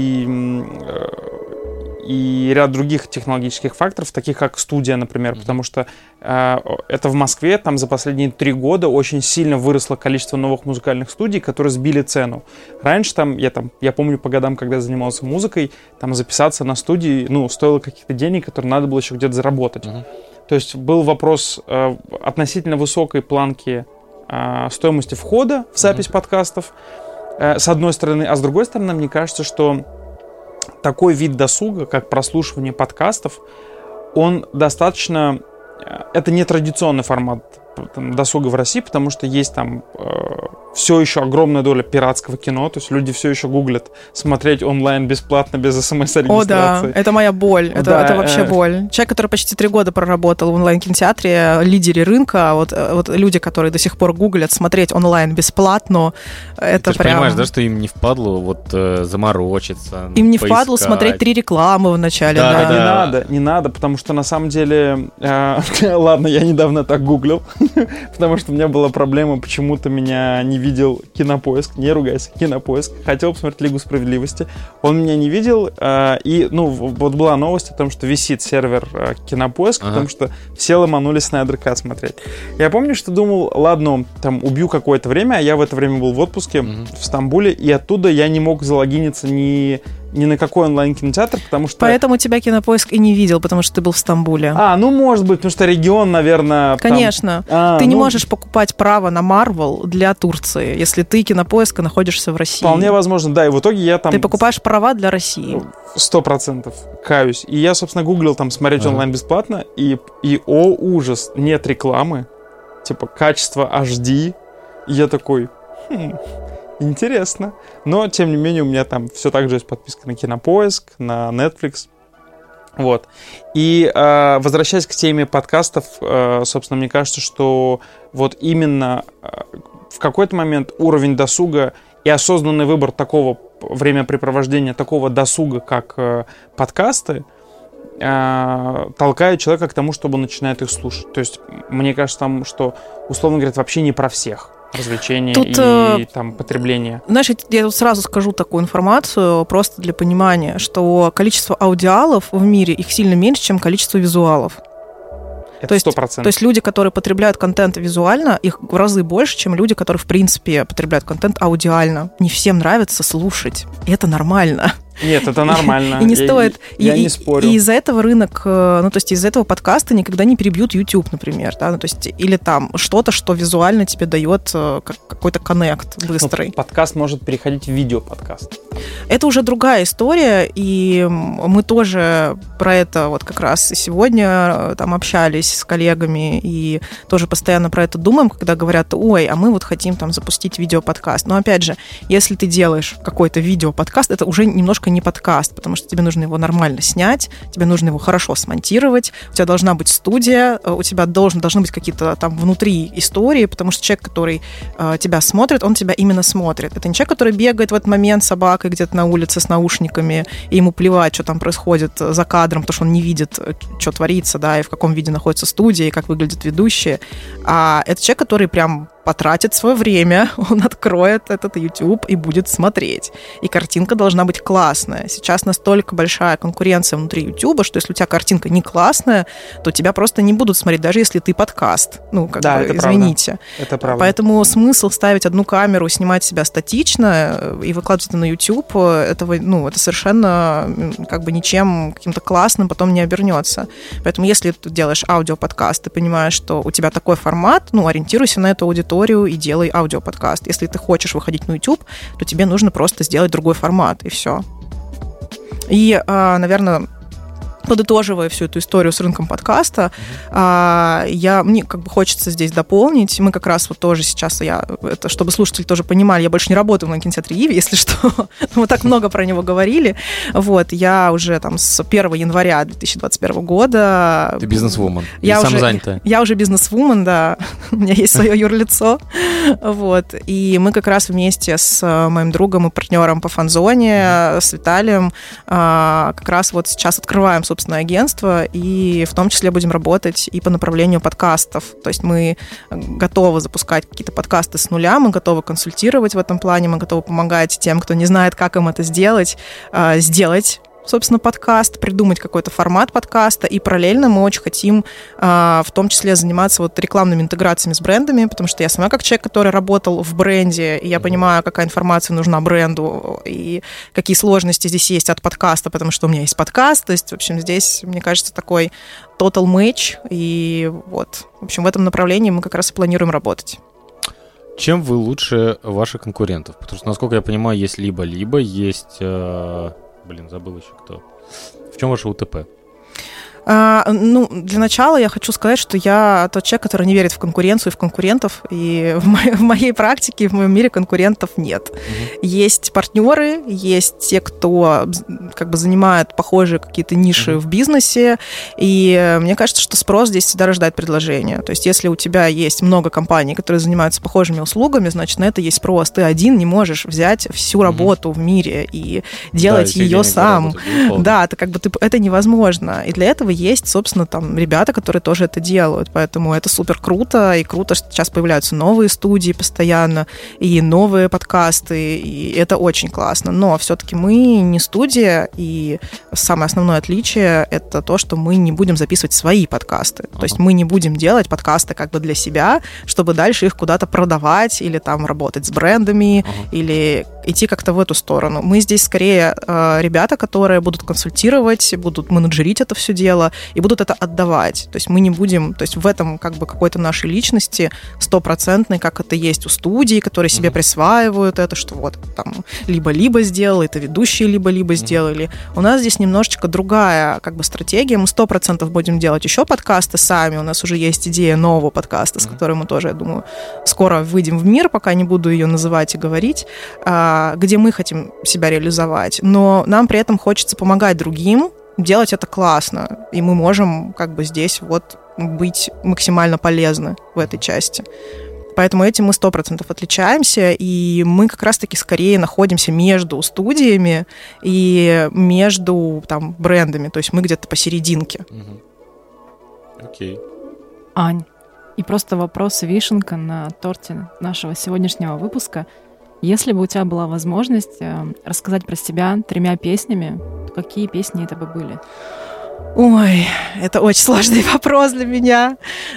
и ряд других технологических факторов, таких как студия, например, потому что это в Москве там за последние 3 года очень сильно выросло количество новых музыкальных студий, которые сбили цену. Раньше я помню по годам, когда я занимался музыкой, там записаться на студии, стоило каких-то денег, которые надо было еще где-то заработать. То есть был вопрос относительно высокой планки стоимости входа в запись подкастов, с одной стороны, а с другой стороны, мне кажется, что такой вид досуга, как прослушивание подкастов, он достаточно... Это не традиционный формат досуга в России, потому что есть там все еще огромная доля пиратского кино, то есть люди все еще гуглят смотреть онлайн бесплатно, без смс-регистрации. О, да, это моя боль, это вообще боль. Человек, который почти 3 года проработал в онлайн-кинотеатре, лидере рынка, вот люди, которые до сих пор гуглят смотреть онлайн бесплатно, это ты прям... Ты понимаешь, да, что им не впадло заморочиться, им не впадло смотреть 3 рекламы в начале. Да. Не надо, потому что на самом деле... Ладно, я недавно так гуглил, потому что у меня была проблема, почему-то меня не видел Кинопоиск, не ругайся, Кинопоиск, хотел посмотреть «Лигу справедливости», он меня не видел, и, вот была новость о том, что висит сервер Кинопоиск, потому что все ломанулись Снайдер Кат смотреть. Я помню, что думал, ладно, там убью какое-то время, а я в это время был в отпуске в Стамбуле, и оттуда я не мог залогиниться ни на какой онлайн-кинотеатр, потому что... Поэтому тебя Кинопоиск и не видел, потому что ты был в Стамбуле. Может быть, потому что регион, наверное... Конечно. Ты не можешь покупать право на Марвел для Турции, если ты Кинопоиска находишься в России. Вполне возможно, да, и в итоге я там... Ты покупаешь права для России. 100%, каюсь. И я, собственно, гуглил там смотреть онлайн бесплатно, и о, ужас, нет рекламы, типа качество HD, и я такой... Интересно. Но, тем не менее, у меня там все так же есть подписка на Кинопоиск, на Netflix. Вот. И возвращаясь к теме подкастов, собственно, мне кажется, что вот именно в какой-то момент уровень досуга и осознанный выбор такого времяпрепровождения, такого досуга, как подкасты, толкает человека к тому, чтобы он начинает их слушать. То есть, мне кажется, там, что, условно говоря, вообще не про всех. Развлечения и там потребление. Знаешь, я тут сразу скажу такую информацию, просто для понимания, что количество аудиалов в мире, их сильно меньше, чем количество визуалов. Это 100%. То есть люди, которые потребляют контент визуально, их в разы больше, чем люди, которые, в принципе, потребляют контент аудиально. Не всем нравится слушать, и это нормально. Нет, это нормально. И не стоит. Я не спорю. И из-за этого рынок, то есть из-за этого подкаста никогда не перебьют YouTube, например, да, то есть или там что-то, что визуально тебе дает какой-то коннект быстрый. Подкаст может переходить в видеоподкаст. Это уже другая история, и мы тоже про это вот как раз сегодня там общались с коллегами и тоже постоянно про это думаем, когда говорят, ой, а мы вот хотим там запустить видеоподкаст. Но опять же, если ты делаешь какой-то видеоподкаст, это уже немножко только не подкаст, потому что тебе нужно его нормально снять, тебе нужно его хорошо смонтировать, у тебя должна быть студия, у тебя должны быть какие-то там внутри истории, потому что человек, который тебя смотрит, он тебя именно смотрит. Это не человек, который бегает в этот момент с собакой где-то на улице с наушниками, и ему плевать, что там происходит за кадром, потому что он не видит, что творится, да, и в каком виде находится студия, и как выглядят ведущие. А это человек, который прям потратит свое время, он откроет этот YouTube и будет смотреть. И картинка должна быть классная. Сейчас настолько большая конкуренция внутри YouTube, что если у тебя картинка не классная, то тебя просто не будут смотреть, даже если ты подкаст. Ну, как да, бы, это извините. Правда. Это правда. Поэтому смысл ставить одну камеру, снимать себя статично и выкладывать это на YouTube, это совершенно как бы ничем каким-то классным потом не обернется. Поэтому если ты делаешь аудиоподкаст, ты понимаешь, что у тебя такой формат, ориентируйся на эту аудиторию и делай аудиоподкаст. Если ты хочешь выходить на YouTube, то тебе нужно просто сделать другой формат, и все. И, наверное, подытоживая всю эту историю с рынком подкаста, мне как бы хочется здесь дополнить. Мы как раз вот тоже сейчас, чтобы слушатели тоже понимали, я больше не работаю в кинотеатре Иви, если что. Мы так много про него говорили. Вот, я уже там с 1 января 2021 года... Ты бизнес-вумен. Сам занята. Я уже бизнес-вумен, да. У меня есть свое юрлицо. Вот. И мы как раз вместе с моим другом и партнером по фан-зоне, с Виталием, как раз вот сейчас открываем, собственное агентство, и в том числе будем работать и по направлению подкастов. То есть мы готовы запускать какие-то подкасты с нуля, мы готовы консультировать в этом плане, мы готовы помогать тем, кто не знает, как им это сделать, собственно, подкаст, придумать какой-то формат подкаста, и параллельно мы очень хотим в том числе заниматься вот рекламными интеграциями с брендами, потому что я сама как человек, который работал в бренде, и я понимаю, какая информация нужна бренду, и какие сложности здесь есть от подкаста, потому что у меня есть подкаст, то есть, в общем, здесь, мне кажется, такой total match, и вот, в общем, в этом направлении мы как раз и планируем работать. Чем вы лучше ваших конкурентов? Потому что, насколько я понимаю, есть либо-либо, есть... забыл еще кто. В чем ваше УТП? Для начала я хочу сказать, что я тот человек, который не верит в конкуренцию и в конкурентов, и в моей практике, в моем мире конкурентов нет. Есть партнеры, есть те, кто как бы занимает похожие какие-то ниши в бизнесе, и мне кажется, что спрос здесь всегда рождает предложение. То есть если у тебя есть много компаний, которые занимаются похожими услугами, значит, на это есть спрос. Ты один не можешь взять всю работу в мире и делать ее сам. Да, это невозможно. И для этого есть, собственно, там ребята, которые тоже это делают, поэтому это супер круто, и круто, что сейчас появляются новые студии постоянно, и новые подкасты, и это очень классно, но все-таки мы не студия, и самое основное отличие — это то, что мы не будем записывать свои подкасты, то есть мы не будем делать подкасты как бы для себя, чтобы дальше их куда-то продавать, или там работать с брендами, или идти как-то в эту сторону. Мы здесь скорее ребята, которые будут консультировать, будут менеджерить это все дело, и будут это отдавать. То есть мы не будем, то есть в этом как бы какой-то нашей личности 100%, как это есть у студий, которые себе присваивают это, что вот там либо-либо сделал, это ведущие либо-либо сделали. У нас здесь немножечко другая как бы стратегия. Мы 100% будем делать еще подкасты сами. У нас уже есть идея нового подкаста, с которой мы тоже, я думаю, скоро выйдем в мир, пока не буду ее называть и говорить, где мы хотим себя реализовать. Но нам при этом хочется помогать другим, делать это классно, и мы можем как бы здесь вот быть максимально полезны в этой части. Поэтому этим мы 100% отличаемся, и мы как раз-таки скорее находимся между студиями и между там брендами, то есть мы где-то посерединке. Окей. Ань, и просто вопрос, вишенка на торте нашего сегодняшнего выпуска. Если бы у тебя была возможность рассказать про себя 3 песнями, то какие песни это бы были? Ой, это очень сложный вопрос для меня.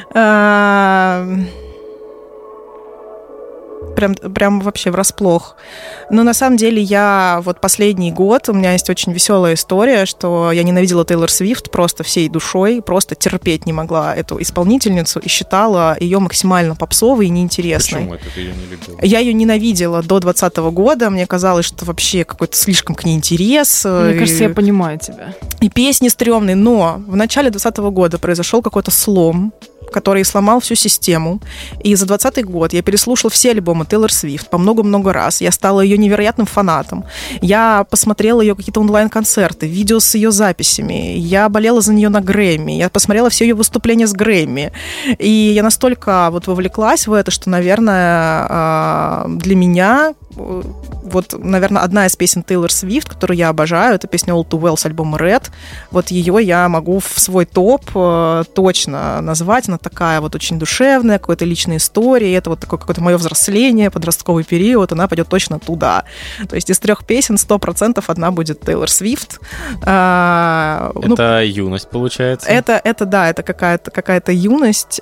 Прям вообще врасплох. Но на самом деле я вот последний год, у меня есть очень веселая история, что я ненавидела Тейлор Свифт просто всей душой, просто терпеть не могла эту исполнительницу и считала ее максимально попсовой и неинтересной. Почему это ты ее не любила? Я ее ненавидела до 2020 года, мне казалось, что вообще какой-то слишком к ней интерес. Мне кажется, я понимаю тебя. И песни стрёмные, но в начале 2020 года произошел какой-то слом, который сломал всю систему. И за 2020 год я переслушала все альбомы Тейлор Свифт по много-много раз. Я стала ее невероятным фанатом. Я посмотрела ее какие-то онлайн-концерты, видео с ее записями. Я болела за нее на Грэмми. Я посмотрела все ее выступления с Грэмми. И я настолько вот вовлеклась в это, что, наверное, для меня... Вот, наверное, одна из песен Тейлор Свифт, которую я обожаю, это песня All Too Well с альбома Red. Вот ее я могу в свой топ точно назвать. Она такая вот очень душевная, какой-то личной истории. Это вот такое какое-то мое взросление, подростковый период. Она пойдет точно туда. То есть из 3 песен 100% одна будет Тейлор Свифт. Это юность, получается? Это какая-то юность.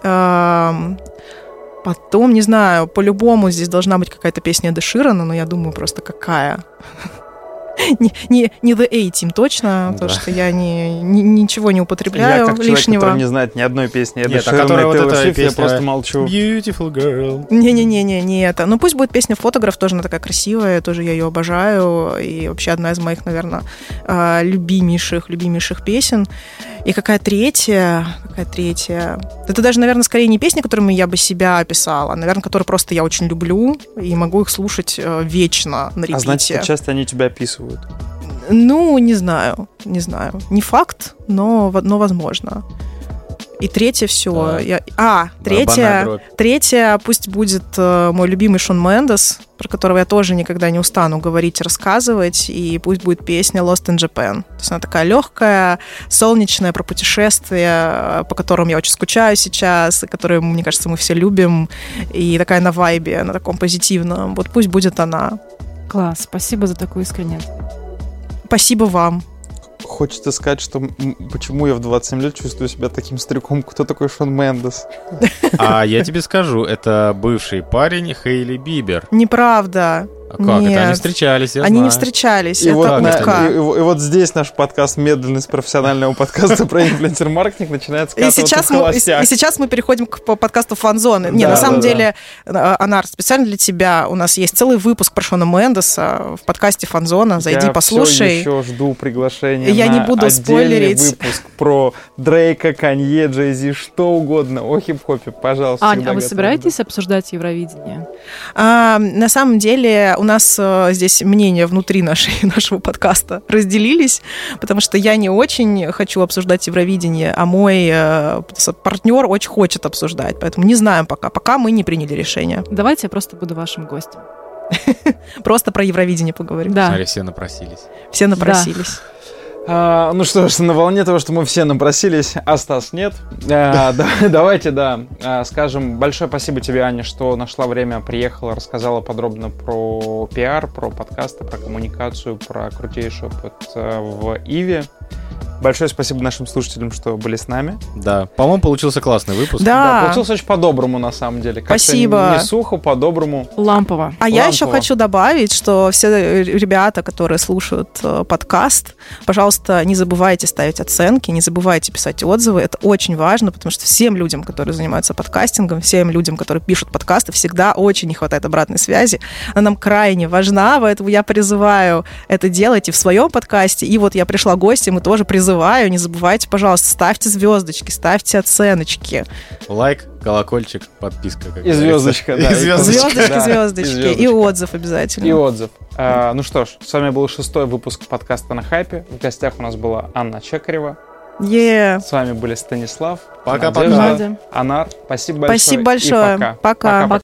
Потом, не знаю, по-любому здесь должна быть какая-то песня Эда Ширана, но я думаю, просто какая. Не The A-Team точно, потому что я ничего не употребляю лишнего. Я как человек, лишнего. который не знает ни одной песни Эда Нет, Ширана, которая Тейлор вот эта Свифт, я песня просто молчу. Beautiful girl. Не это. Ну, пусть будет песня «Фотограф», тоже она такая красивая, тоже я ее обожаю, и вообще одна из моих, наверное, любимейших песен. И какая третья? Это даже, наверное, скорее не песни, которыми я бы себя описала, а, наверное, которые просто я очень люблю и могу их слушать вечно на репите. А значит, часто они тебя описывают? Ну, не знаю. Не факт, но возможно. И третье все. Третье пусть будет мой любимый Шон Мендес, про которого я тоже никогда не устану говорить, рассказывать, и пусть будет песня Lost in Japan. То есть она такая легкая, солнечная, про путешествия, по которым я очень скучаю сейчас, и которые, мне кажется, мы все любим, и такая на вайбе, на таком позитивном. Вот пусть будет она. Класс, спасибо за такую искренность. Спасибо вам. Хочется сказать, что почему я в 27 лет чувствую себя таким стариком. Кто такой Шон Мендес? А я тебе скажу, это бывший парень Хейли Бибер. Неправда. А как? Нет. Это они встречались, я Они знаю. не встречались. И это вот здесь наш подкаст, медленность профессионального подкаста про инфлюенсер-маркетинг начинает скатываться в холостяк. И сейчас мы переходим к подкасту «Фан-зоны». На самом деле, Анар, специально для тебя у нас есть целый выпуск про Шона Мендеса в подкасте «Фан-зона». Зайди, послушай. Я еще жду приглашения я на не буду отдельный спойлерить. выпуск про Дрейка, Канье, Джей-Зи, что угодно. О хип-хопе, пожалуйста. Ань, а вы собираетесь обсуждать Евровидение? На самом деле у нас здесь мнения внутри нашего подкаста разделились, потому что я не очень хочу обсуждать Евровидение, а мой партнер очень хочет обсуждать, поэтому не знаем пока мы не приняли решение. Давайте я просто буду вашим гостем. Просто про Евровидение поговорим. Да. Смотри, все напросились. Все напросились. Ну что ж, на волне того, что мы все напросились, а Стас нет. Давайте, скажем большое спасибо тебе, Аня, что нашла время, приехала, рассказала подробно про пиар, про подкасты, про коммуникацию, про крутейший опыт в Иве. Большое спасибо нашим слушателям, что были с нами. Да, по-моему, получился классный выпуск. Да. Получился очень по-доброму, на самом деле. Как-то Спасибо. не сухо, по-доброму. Лампово. Я еще хочу добавить, что все ребята, которые слушают подкаст, пожалуйста, не забывайте ставить оценки, не забывайте писать отзывы. Это очень важно, потому что всем людям, которые занимаются подкастингом, всем людям, которые пишут подкасты, всегда очень не хватает обратной связи. Она нам крайне важна, поэтому я призываю это делать и в своем подкасте. И вот я пришла гостем и тоже призываю, не забывайте, пожалуйста, ставьте звездочки, ставьте оценочки. Лайк, колокольчик, подписка. И звездочка, да. Звездочки. И отзыв обязательно. И отзыв. Ну что ж, с вами был 6-й выпуск подкаста «На хайпе». В гостях у нас была Анна Чекарева. С вами были Станислав. Пока-пока. Анар. Спасибо большое. Спасибо большое. И пока. Пока.